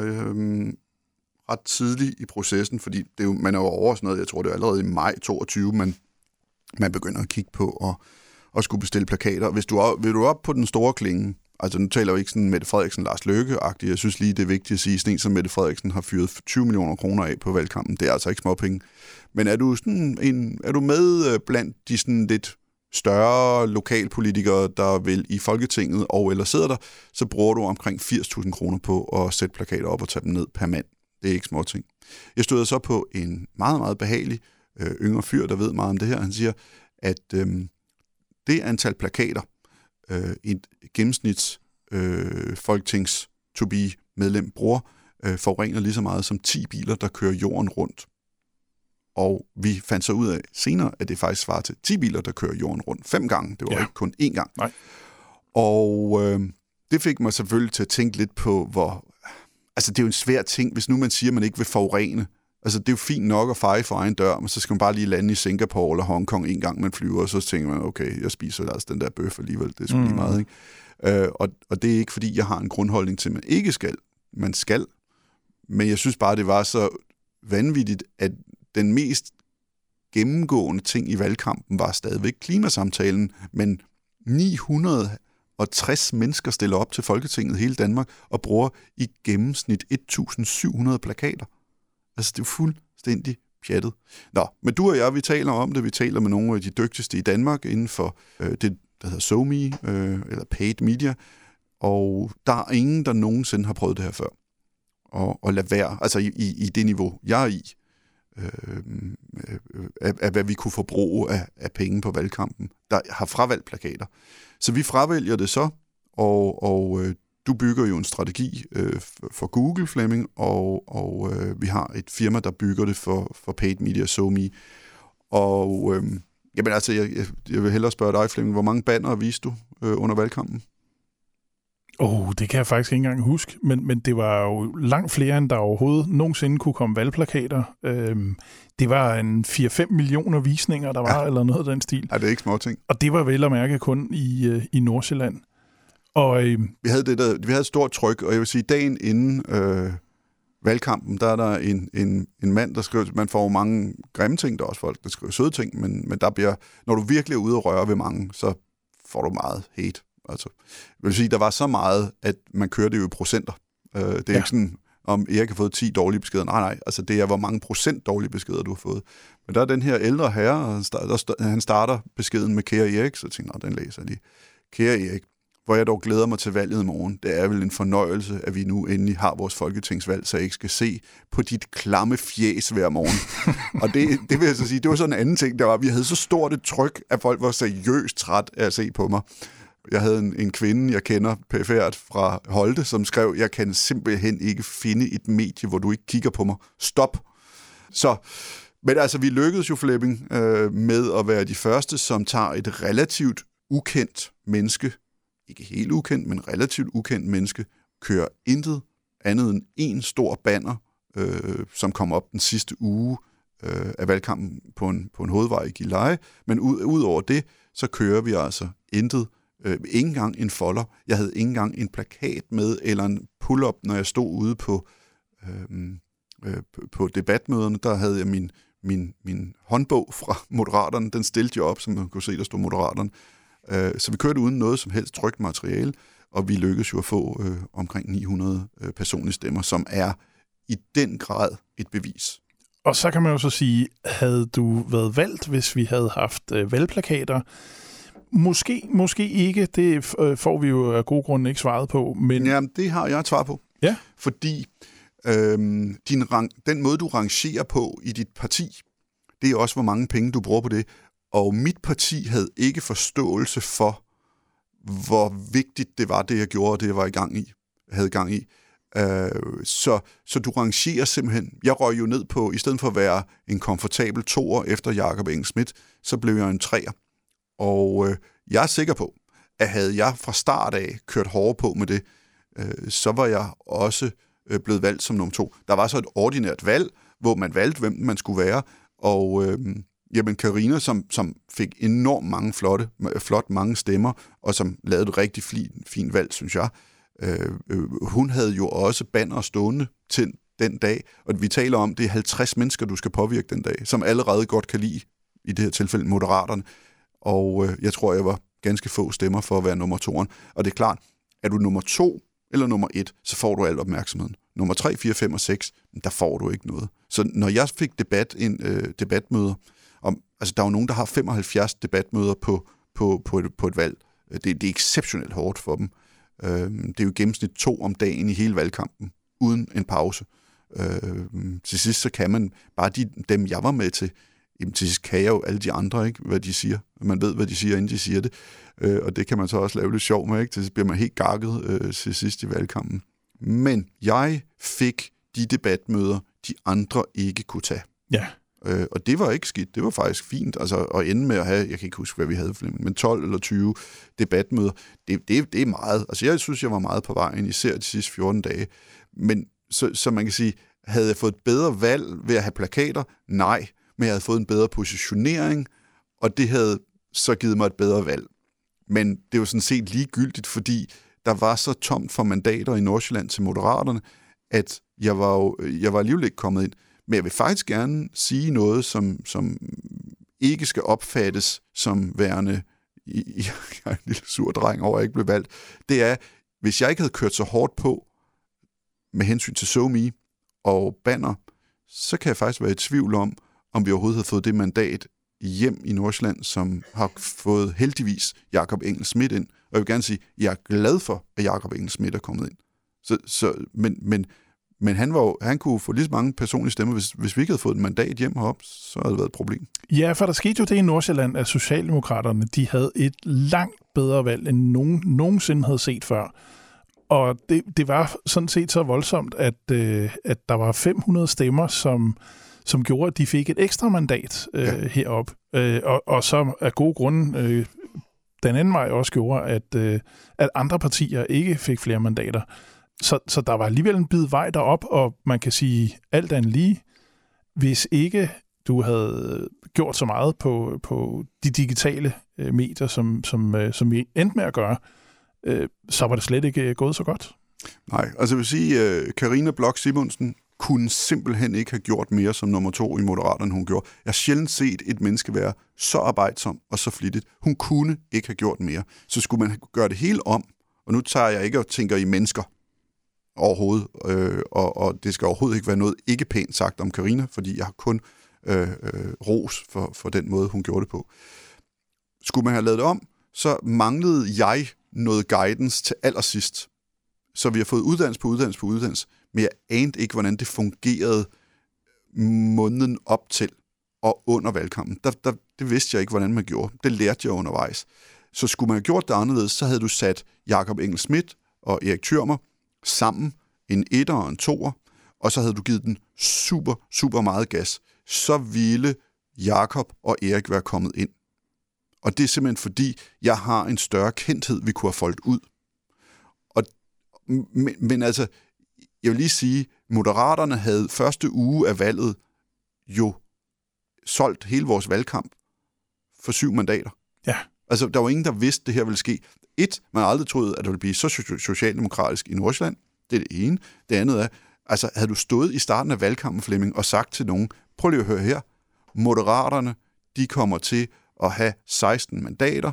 ret tidligt i processen, fordi det er jo, man er jo over sådan noget, jeg tror, det er allerede i maj 22, man begynder at kigge på og skulle bestille plakater. Vil du op på den store klinge, altså nu taler vi ikke sådan Mette Frederiksen, Lars Løkke-agtigt, jeg synes lige, det er vigtigt at sige, sådan en som Mette Frederiksen har fyret 20 millioner kroner af på valgkampen, det er altså ikke småpenge. Men er du med blandt de sådan lidt større lokalpolitikere, der vil i Folketinget og eller sidder der, så bruger du omkring 80.000 kroner på at sætte plakater op og tage dem ned per mand. Det er ikke små ting. Jeg støder så på en meget, meget behagelig yngre fyr, der ved meget om det her. Han siger, at det antal plakater, et gennemsnits folketings to-be medlem bruger, forurener lige så meget som 10 biler, der kører jorden rundt. Og vi fandt så ud af senere, at det faktisk svarer til 10 biler, der kører jorden rundt 5 gange. Det var ikke kun 1 gang. Nej. Og det fik mig selvfølgelig til at tænke lidt på, hvor... Altså, det er jo en svær ting, hvis nu man siger, at man ikke vil forurene. Altså, det er jo fint nok at feje for egen dør, men så skal man bare lige lande i Singapore eller Hongkong en gang, man flyver, og så tænker man, okay, jeg spiser altså den der bøf alligevel. Det er sgu lige meget, ikke? Og det er ikke, fordi jeg har en grundholdning til, at man ikke skal. Man skal. Men jeg synes bare, det var så vanvittigt, at den mest gennemgående ting i valgkampen var stadigvæk klimasamtalen, men 960 mennesker stiller op til Folketinget hele Danmark og bruger i gennemsnit 1.700 plakater. Altså, det er fuldstændig pjattet. Nå, men du og jeg, vi taler om det. Vi taler med nogle af de dygtigste i Danmark inden for det, der hedder SoMe, eller Paid Media, og der er ingen, der nogensinde har prøvet det her før. Og lade være, altså i det niveau, jeg er i, af hvad vi kunne forbruge af penge på valgkampen, der har fravalgt plakater. Så vi fravælger det så, og du bygger jo en strategi for Google, Flemming, og vi har et firma, der bygger det for Paid Media, SoMe. Og jamen altså, jeg vil hellere spørge dig, Flemming, hvor mange bannere viste du under valgkampen? Det kan jeg faktisk ikke engang huske, men det var jo langt flere, end der overhovedet nogensinde kunne komme valgplakater. Det var en 4-5 millioner visninger, der var, eller noget af den stil. Ja, det er ikke små ting. Og det var vel at mærke kun i Nordsjælland. Og vi havde et stort tryk, og jeg vil sige, dagen inden valgkampen, der er der en mand, der skriver, man får mange grimme ting, der er også folk, der skriver søde ting, men der bliver, når du virkelig er ude og røre ved mange, så får du meget hate. Altså, jeg vil sige, der var så meget, at man kørte jo i procenter. Det er ikke sådan, om Erik har fået 10 dårlige beskeder. Nej, altså det er, hvor mange procent dårlige beskeder, du har fået. Men der er den her ældre herre, han starter beskeden med kære Erik, så jeg tænker, den læser jeg lige. Kære Erik, hvor jeg dog glæder mig til valget i morgen. Det er vel en fornøjelse, at vi nu endelig har vores folketingsvalg, så jeg ikke skal se på dit klamme fjæs hver morgen. Og det vil jeg så sige, det var sådan en anden ting, der var. Vi havde så stort et tryk, at folk var seriøst træt af at se på mig. Jeg havde en kvinde, jeg kender pæfærd fra Holte, som skrev, jeg kan simpelthen ikke finde et medie, hvor du ikke kigger på mig. Stop! Så, men altså, vi lykkedes jo, Flemming, med at være de første, som tager et relativt ukendt menneske, ikke helt ukendt, men relativt ukendt menneske, kører intet andet end en stor banner som kom op den sidste uge af valgkampen på en hovedvej i Gilleleje. Men ud over det, så kører vi altså intet. Ikke engang en folder. Jeg havde ikke engang en plakat med, eller en pull-up, når jeg stod ude på debatmøderne. Der havde jeg min håndbog fra Moderaterne. Den stillede jeg op, som man kunne se, der stod Moderaterne. Så vi kørte uden noget som helst trykt materiale, og vi lykkedes jo at få omkring 900 personlige stemmer, som er i den grad et bevis. Og så kan man jo så sige, havde du været valgt, hvis vi havde haft valgplakater? Måske ikke, det får vi jo af gode grunde ikke svaret på. Men... Jamen, det har jeg et svar på. Ja. Fordi den måde, du rangerer på i dit parti, det er også, hvor mange penge du bruger på det. Og mit parti havde ikke forståelse for, hvor vigtigt det var, det jeg gjorde, og det jeg var havde gang i. Så du rangerer simpelthen. Jeg røg jo ned på, i stedet for at være en komfortabel toer efter Jakob Engel-Schmidt, så blev jeg en treer. Og jeg er sikker på, at havde jeg fra start af kørt hårdere på med det, så var jeg også blevet valgt som nummer 2. Der var så et ordinært valg, hvor man valgte, hvem man skulle være, og Karina, som fik enormt mange flot mange stemmer, og som lavede et rigtig fint valg, synes jeg, hun havde jo også banner stående til den dag, og vi taler om, det er 50 mennesker, du skal påvirke den dag, som allerede godt kan lide, i det her tilfælde, Moderaterne. Og jeg tror, jeg var ganske få stemmer for at være nummer 2'eren. Og det er klart, er du nummer 2 eller nummer 1, så får du al opmærksomheden. Nummer 3, 4, 5 og 6, der får du ikke noget. Så når jeg fik debatmøder, altså der er jo nogen, der har 75 debatmøder på et valg. Det er exceptionelt hårdt for dem. Det er jo gennemsnit 2 om dagen i hele valgkampen, uden en pause. Til sidst så kan man bare dem, jeg var med til, til sidst kan jeg jo alle de andre, ikke, hvad de siger. Man ved, hvad de siger, inden de siger det. Og det kan man så også lave lidt sjov med, ikke? Til sidst bliver man helt gakket til sidst i valgkampen. Men jeg fik de debatmøder, de andre ikke kunne tage. Ja. Og det var ikke skidt. Det var faktisk fint. Altså at ende med at have, jeg kan ikke huske, hvad vi havde, men 12 eller 20 debatmøder, det er meget. Altså jeg synes, jeg var meget på vejen, især de sidste 14 dage. Men så man kan sige, havde jeg fået et bedre valg ved at have plakater? Nej. Men jeg havde fået en bedre positionering, og det havde så givet mig et bedre valg. Men det var sådan set ligegyldigt, fordi der var så tomt for mandater i Nordsjælland til Moderaterne, at jeg var alligevel ikke kommet ind. Men jeg vil faktisk gerne sige noget, som ikke skal opfattes som værende, jeg er en lille sur dreng over, at jeg ikke blev valgt. Det er, hvis jeg ikke havde kørt så hårdt på med hensyn til SoMe og banner, så kan jeg faktisk være i tvivl om vi overhovedet havde fået det mandat hjem i Nordsjælland, som har fået heldigvis Jakob Engel-Schmidt ind. Og jeg vil gerne sige, at jeg er glad for, at Jakob Engel-Schmidt er kommet ind. Men han kunne få lige så mange personlige stemmer. Hvis vi ikke havde fået et mandat hjem heroppe, så havde det været et problem. Ja, for der skete jo det i Nordsjælland, at Socialdemokraterne de havde et langt bedre valg, end nogensinde havde set før. Og det var sådan set så voldsomt, at der var 500 stemmer, som gjorde, at de fik et ekstra mandat heroppe. Og så af gode grunde den anden vej også gjorde, at andre partier ikke fik flere mandater. Så der var alligevel en bid vej derop, og man kan sige alt andet lige, hvis ikke du havde gjort så meget på de digitale medier, som vi endte med at gøre, så var det slet ikke gået så godt. Nej, altså jeg vil sige, Karina Bloch Simonsen kunne simpelthen ikke have gjort mere som nummer 2 i Moderaterne, end hun gjorde. Jeg har sjældent set et menneske være så arbejdsom og så flittigt. Hun kunne ikke have gjort mere. Så skulle man gøre det hele om, og nu tager jeg ikke og tænker i mennesker overhovedet, og det skal overhovedet ikke være noget ikke pænt sagt om Karina, fordi jeg har kun ros for den måde, hun gjorde det på. Skulle man have lavet det om, så manglede jeg noget guidance til allersidst. Så vi har fået uddannelse på uddannelse, men jeg anede ikke, hvordan det fungerede måneden op til og under valgkampen. Det vidste jeg ikke, hvordan man gjorde. Det lærte jeg undervejs. Så skulle man have gjort det anderledes, så havde du sat Jakob Engel-Schmidt og Erik Thürmer sammen, en 1'er og en 2'er, og så havde du givet den super, super meget gas. Så ville Jakob og Erik være kommet ind. Og det er simpelthen fordi, jeg har en større kendthed, vi kunne have foldet ud. Men altså, jeg vil lige sige, Moderaterne havde første uge af valget jo solgt hele vores valgkamp for 7 mandater. Ja. Altså, der var ingen, der vidste, det her ville ske. Man har aldrig troet, at det ville blive så socialdemokratisk i Nordsjælland. Det er det ene. Det andet er, altså, havde du stået i starten af valgkampen, Flemming, og sagt til nogen, prøv lige at høre her, Moderaterne, de kommer til at have 16 mandater,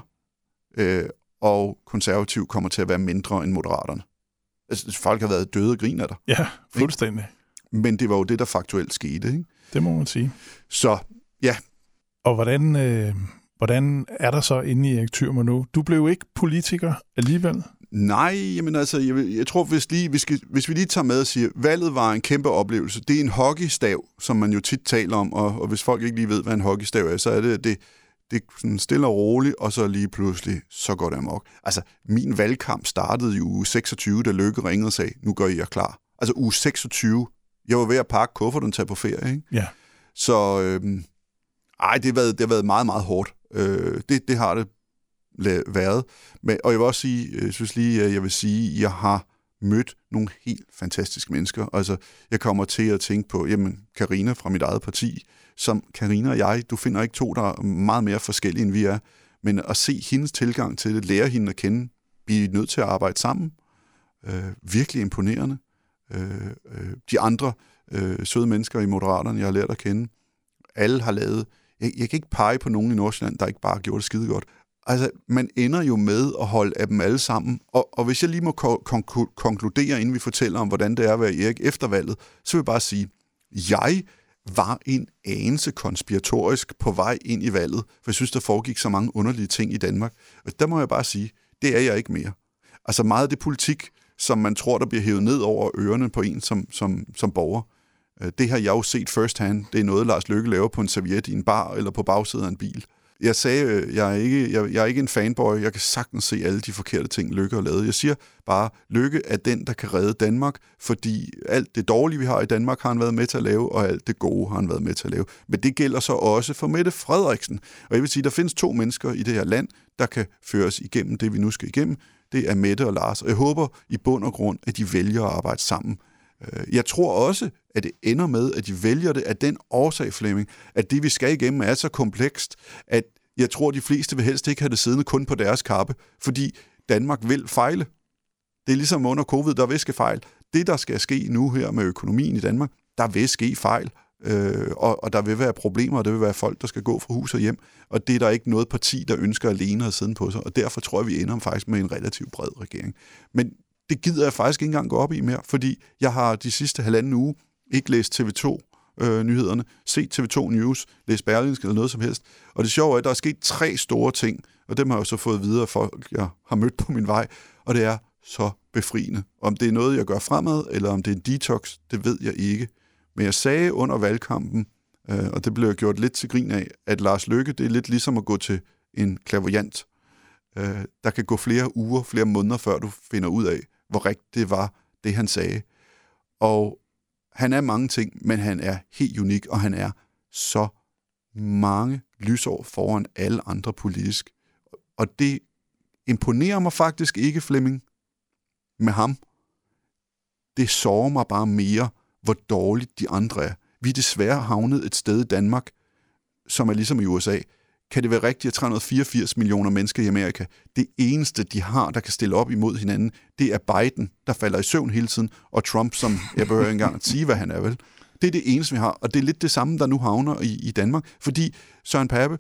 og Konservativ kommer til at være mindre end Moderaterne. Altså, folk har været døde og griner af dig. Ja, fuldstændig. Men det var jo det, der faktuelt skete, ikke? Det må man sige. Så, ja. Og hvordan er der så inde i Erik Thürmer nu? Du blev ikke politiker alligevel? Nej, jamen altså, jeg tror, hvis vi lige tager med og siger, valget var en kæmpe oplevelse. Det er en hockeystav, som man jo tit taler om, og hvis folk ikke lige ved, hvad en hockeystav er, så er det er sådan stille og roligt, og så lige pludselig, så går det amok. Altså, min valgkamp startede i uge 26, da Løkke ringede og sagde, nu gør I jer klar. Altså uge 26, jeg var ved at pakke kufferten og tage på ferie, ikke? Ja. Så, det har været meget, meget hårdt. Det har det været. Men, og jeg vil også sige, jeg vil sige, at jeg har mødt nogle helt fantastiske mennesker. Altså, jeg kommer til at tænke på, Carina fra mit eget parti, som Carina og jeg, du finder ikke to, der er meget mere forskellige, end vi er, men at se hendes tilgang til det, lære hende at kende, blive nødt til at arbejde sammen, virkelig imponerende. De andre søde mennesker i Moderaterne, jeg har lært at kende, alle har lavet, jeg kan ikke pege på nogen i Nordsjælland, der ikke bare har gjort det skide godt. Altså, man ender jo med at holde af dem alle sammen, og hvis jeg lige må konkludere, inden vi fortæller om, hvordan det er at være Erik efter valget, så vil jeg bare sige, jeg var en anelse konspiratorisk på vej ind i valget, for jeg synes, der foregik så mange underlige ting i Danmark. Og der må jeg bare sige, det er jeg ikke mere. Altså meget af det politik, som man tror, der bliver hævet ned over ørerne på en som borger, det har jeg jo set first hand. Det er noget, Lars Løkke laver på en serviet i en bar eller på bagsiden af en bil. Jeg sagde, jeg er ikke en fanboy. Jeg kan sagtens se alle de forkerte ting, Løkke har lavet. Jeg siger bare, Løkke er den, der kan redde Danmark, fordi alt det dårlige, vi har i Danmark, har han været med til at lave, og alt det gode har han været med til at lave. Men det gælder så også for Mette Frederiksen. Og jeg vil sige, der findes 2 mennesker i det her land, der kan føres igennem det, vi nu skal igennem. Det er Mette og Lars. Og jeg håber i bund og grund, at de vælger at arbejde sammen. Jeg tror også, at det ender med, at de vælger det af den årsag, Flemming, at det, vi skal igennem, er så komplekst, at jeg tror, de fleste vil helst ikke have det siddende kun på deres kappe, fordi Danmark vil fejle. Det er ligesom under covid, der vil ske fejl. Det, der skal ske nu her med økonomien i Danmark, der vil ske fejl, og der vil være problemer, og der vil være folk, der skal gå fra hus og hjem, og det er der ikke noget parti, der ønsker alene at sidde på sig, og derfor tror jeg, vi ender faktisk med en relativt bred regering. Men det gider jeg faktisk ikke engang gå op i mere, fordi jeg har de sidste 1,5 uge ikke læst TV2-nyhederne, set TV2 News, læst Berlingske eller noget som helst. Og det sjove er, at der er sket 3 store ting, og dem har jeg så fået videre af folk, jeg har mødt på min vej, og det er så befriende. Om det er noget, jeg gør fremad, eller om det er en detox, det ved jeg ikke. Men jeg sagde under valgkampen, og det blev gjort lidt til grin af, at Lars Løkke, det er lidt ligesom at gå til en clairvoyant. Der kan gå flere uger, flere måneder, før du finder ud af, hvor rigtigt det var, det han sagde. Og han er mange ting, men han er helt unik, og han er så mange lysår foran alle andre politisk. Og det imponerer mig faktisk ikke, Flemming, med ham. Det sårer mig bare mere, hvor dårligt de andre er. Vi er desværre havnet et sted i Danmark, som er ligesom i USA. Kan det være rigtigt, at 384 millioner mennesker i Amerika, det eneste, de har, der kan stille op imod hinanden, det er Biden, der falder i søvn hele tiden, og Trump, som jeg behøver ikke engang at sige, hvad han er, vel? Det er det eneste, vi har, og det er lidt det samme, der nu havner i Danmark, fordi Søren Pape,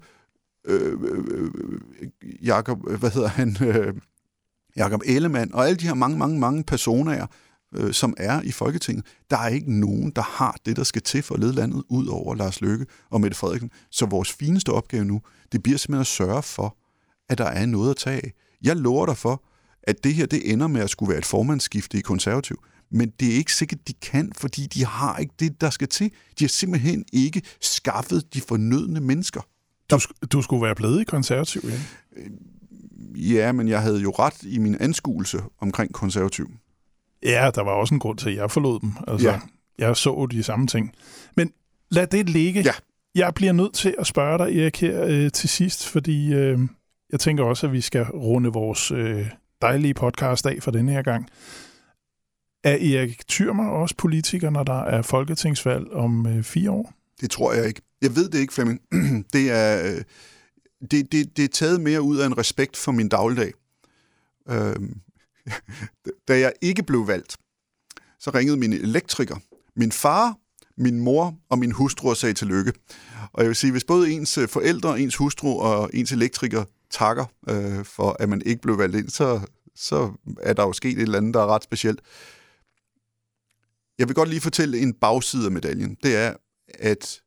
Jakob Ellemann, og alle de her mange personer, som er i Folketinget, der er ikke nogen, der har det, der skal til for at lede landet, ud over Lars Løkke og Mette Frederiksen. Så vores fineste opgave nu, det bliver simpelthen at sørge for, at der er noget at tage af. Jeg lover dig for, at det her, det ender med at skulle være et formandsskifte i Konservativ. Men det er ikke sikkert, de kan, fordi de har ikke det, der skal til. De har simpelthen ikke skaffet de fornødne mennesker. Du skulle være blevet i Konservativ, ja? Ja, men jeg havde jo ret i min anskuelse omkring Konservativ. Ja, der var også en grund til, at jeg forlod dem. Altså, ja. Jeg så de samme ting. Men lad det ligge. Ja. Jeg bliver nødt til at spørge dig, Erik, her til sidst, fordi jeg tænker også, at vi skal runde vores dejlige podcast af for denne her gang. Er Erik Thürmer også politiker, når der er folketingsvalg om 4 år? Det tror jeg ikke. Jeg ved det ikke, Flemming. Det er taget mere ud af en respekt for min dagligdag. Da jeg ikke blev valgt, så ringede min elektriker, min far, min mor og min hustru og sagde tillykke. Og jeg vil sige, hvis både ens forældre, ens hustru og ens elektriker takker for, at man ikke blev valgt ind, så er der jo sket et eller andet, der er ret specielt. Jeg vil godt lige fortælle en bagside af medaljen. Det er, at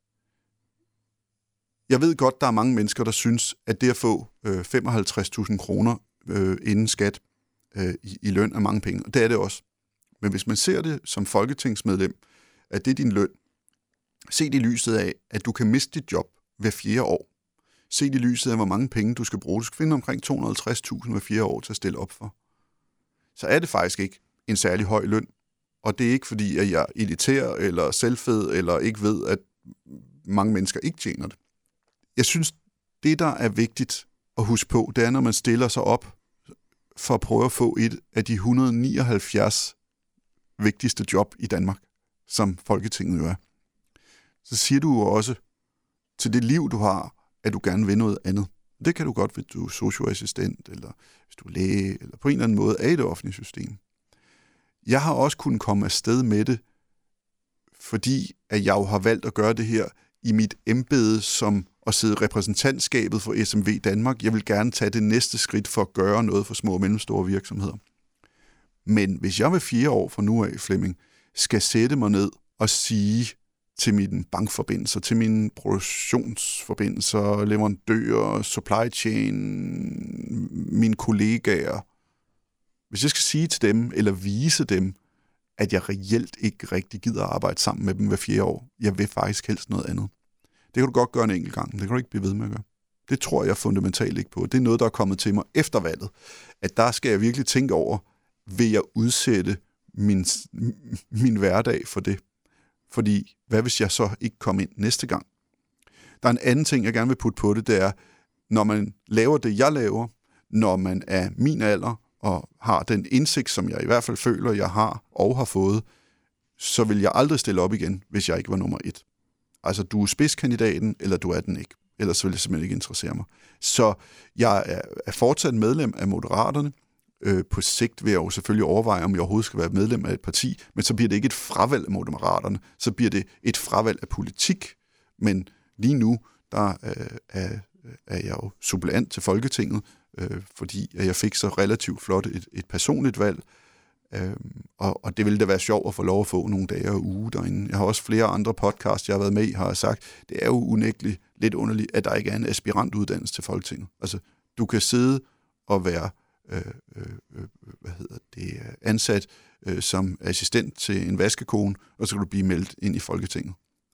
jeg ved godt, der er mange mennesker, der synes, at det at få 55.000 kroner inden skat i løn er mange penge. Og det er det også. Men hvis man ser det som folketingsmedlem, at det er din løn, se det i lyset af, at du kan miste dit job hver 4 år. Se det i lyset af, hvor mange penge du skal bruge. Du skal finde omkring 250.000 hver 4 år til at stille op for. Så er det faktisk ikke en særlig høj løn. Og det er ikke fordi, at jeg er elitær eller selvfed, eller ikke ved, at mange mennesker ikke tjener det. Jeg synes, det der er vigtigt at huske på, det er, når man stiller sig op for at prøve at få et af de 179 vigtigste job i Danmark, som Folketinget jo er. Så siger du jo også til det liv, du har, at du gerne vil noget andet. Det kan du godt, hvis du er socioassistent, eller hvis du er læge, eller på en eller anden måde er i det offentlige system. Jeg har også kunnet komme afsted med det, fordi at jeg jo har valgt at gøre det her i mit embede som at sidde i repræsentantskabet for SMV Danmark. Jeg vil gerne tage det næste skridt for at gøre noget for små og mellemstore virksomheder. Men hvis jeg ved 4 år fra nu af, Flemming, skal sætte mig ned og sige til mine bankforbindelser, til mine produktionsforbindelser, leverandører, supply chain, mine kollegaer, hvis jeg skal sige til dem, eller vise dem, at jeg reelt ikke rigtig gider at arbejde sammen med dem hver 4 år, jeg vil faktisk helst noget andet. Det kan du godt gøre en enkelt gang, men det kan du ikke blive ved med at gøre. Det tror jeg fundamentalt ikke på. Det er noget, der er kommet til mig efter valget. At der skal jeg virkelig tænke over, vil jeg udsætte min hverdag for det? Fordi, hvad hvis jeg så ikke kommer ind næste gang? Der er en anden ting, jeg gerne vil putte på det, det er, når man laver det, jeg laver, når man er min alder, og har den indsigt, som jeg i hvert fald føler, jeg har og har fået, så vil jeg aldrig stille op igen, hvis jeg ikke var nummer 1. Altså, du er spidskandidaten, eller du er den ikke. Ellers vil det simpelthen ikke interessere mig. Så jeg er fortsat medlem af Moderaterne. På sigt vil jeg jo selvfølgelig overveje, om jeg overhovedet skal være medlem af et parti, men så bliver det ikke et fravalg af Moderaterne, så bliver det et fravalg af politik. Men lige nu, der er jeg jo suppleant til Folketinget, fordi jeg fik så relativt flot et personligt valg, og det ville da være sjovt at få lov at få nogle dage og uge derinde. Jeg har også flere andre podcasts, jeg har været med i, har sagt, det er jo unægteligt lidt underligt, at der ikke er en aspirantuddannelse til Folketinget. Altså, du kan sidde og være ansat som assistent til en vaskekone, og så kan du blive meldt ind i Folketinget.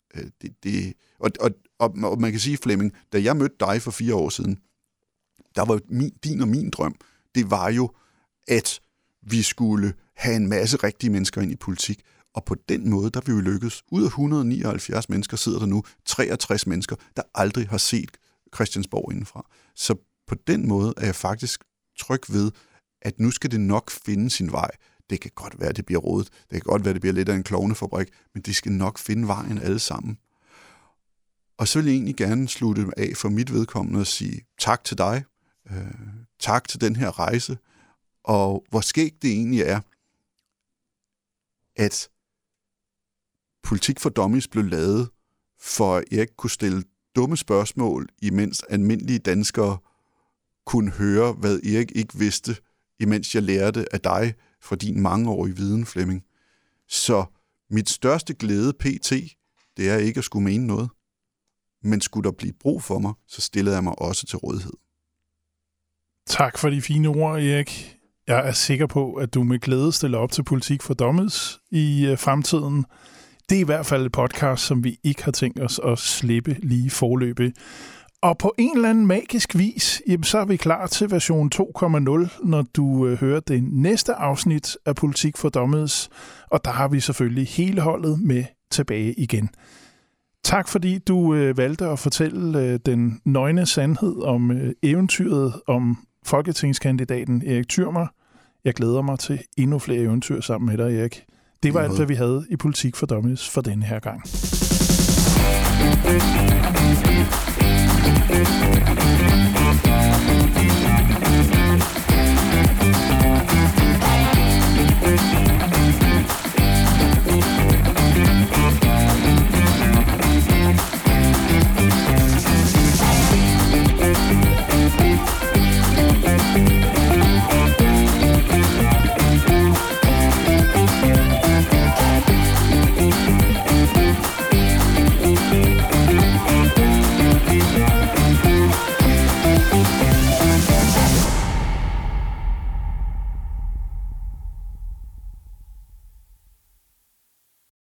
Og man kan sige, Flemming, da jeg mødte dig for 4 år siden, der var din og min drøm, det var jo, at vi skulle have en masse rigtige mennesker ind i politik, og på den måde, der vil vi lykkes. Ud af 179 mennesker sidder der nu 63 mennesker, der aldrig har set Christiansborg indenfra. Så på den måde er jeg faktisk tryg ved, at nu skal det nok finde sin vej. Det kan godt være, at det bliver rodet. Det kan godt være, at det bliver lidt af en klovnefabrik, men de skal nok finde vejen alle sammen. Og så vil jeg egentlig gerne slutte af for mit vedkommende og sige tak til dig. Tak til den her rejse. Og hvor skægt det egentlig er, at Politik for Dummies blev lavet, for at jeg ikke kunne stille dumme spørgsmål, imens almindelige danskere kunne høre, hvad Erik ikke vidste, imens jeg lærte af dig fra din mangeårige viden, Flemming. Så mit største glæde pt., det er ikke at skulle mene noget. Men skulle der blive brug for mig, så stillede jeg mig også til rådighed. Tak for de fine ord, Erik. Jeg er sikker på, at du med glæde stiller op til Politik for Dummies i fremtiden. Det er i hvert fald et podcast, som vi ikke har tænkt os at slippe lige forløbig. Og på en eller anden magisk vis, jamen, så er vi klar til version 2.0, når du hører det næste afsnit af Politik for Dummies. Og der har vi selvfølgelig hele holdet med tilbage igen. Tak fordi du valgte at fortælle den nøgne sandhed om eventyret om folketingskandidaten Erik Thürmer. Jeg glæder mig til endnu flere eventyr sammen med dig, Erik. Det var alt, hvad vi havde i Politik for Dummies for denne her gang.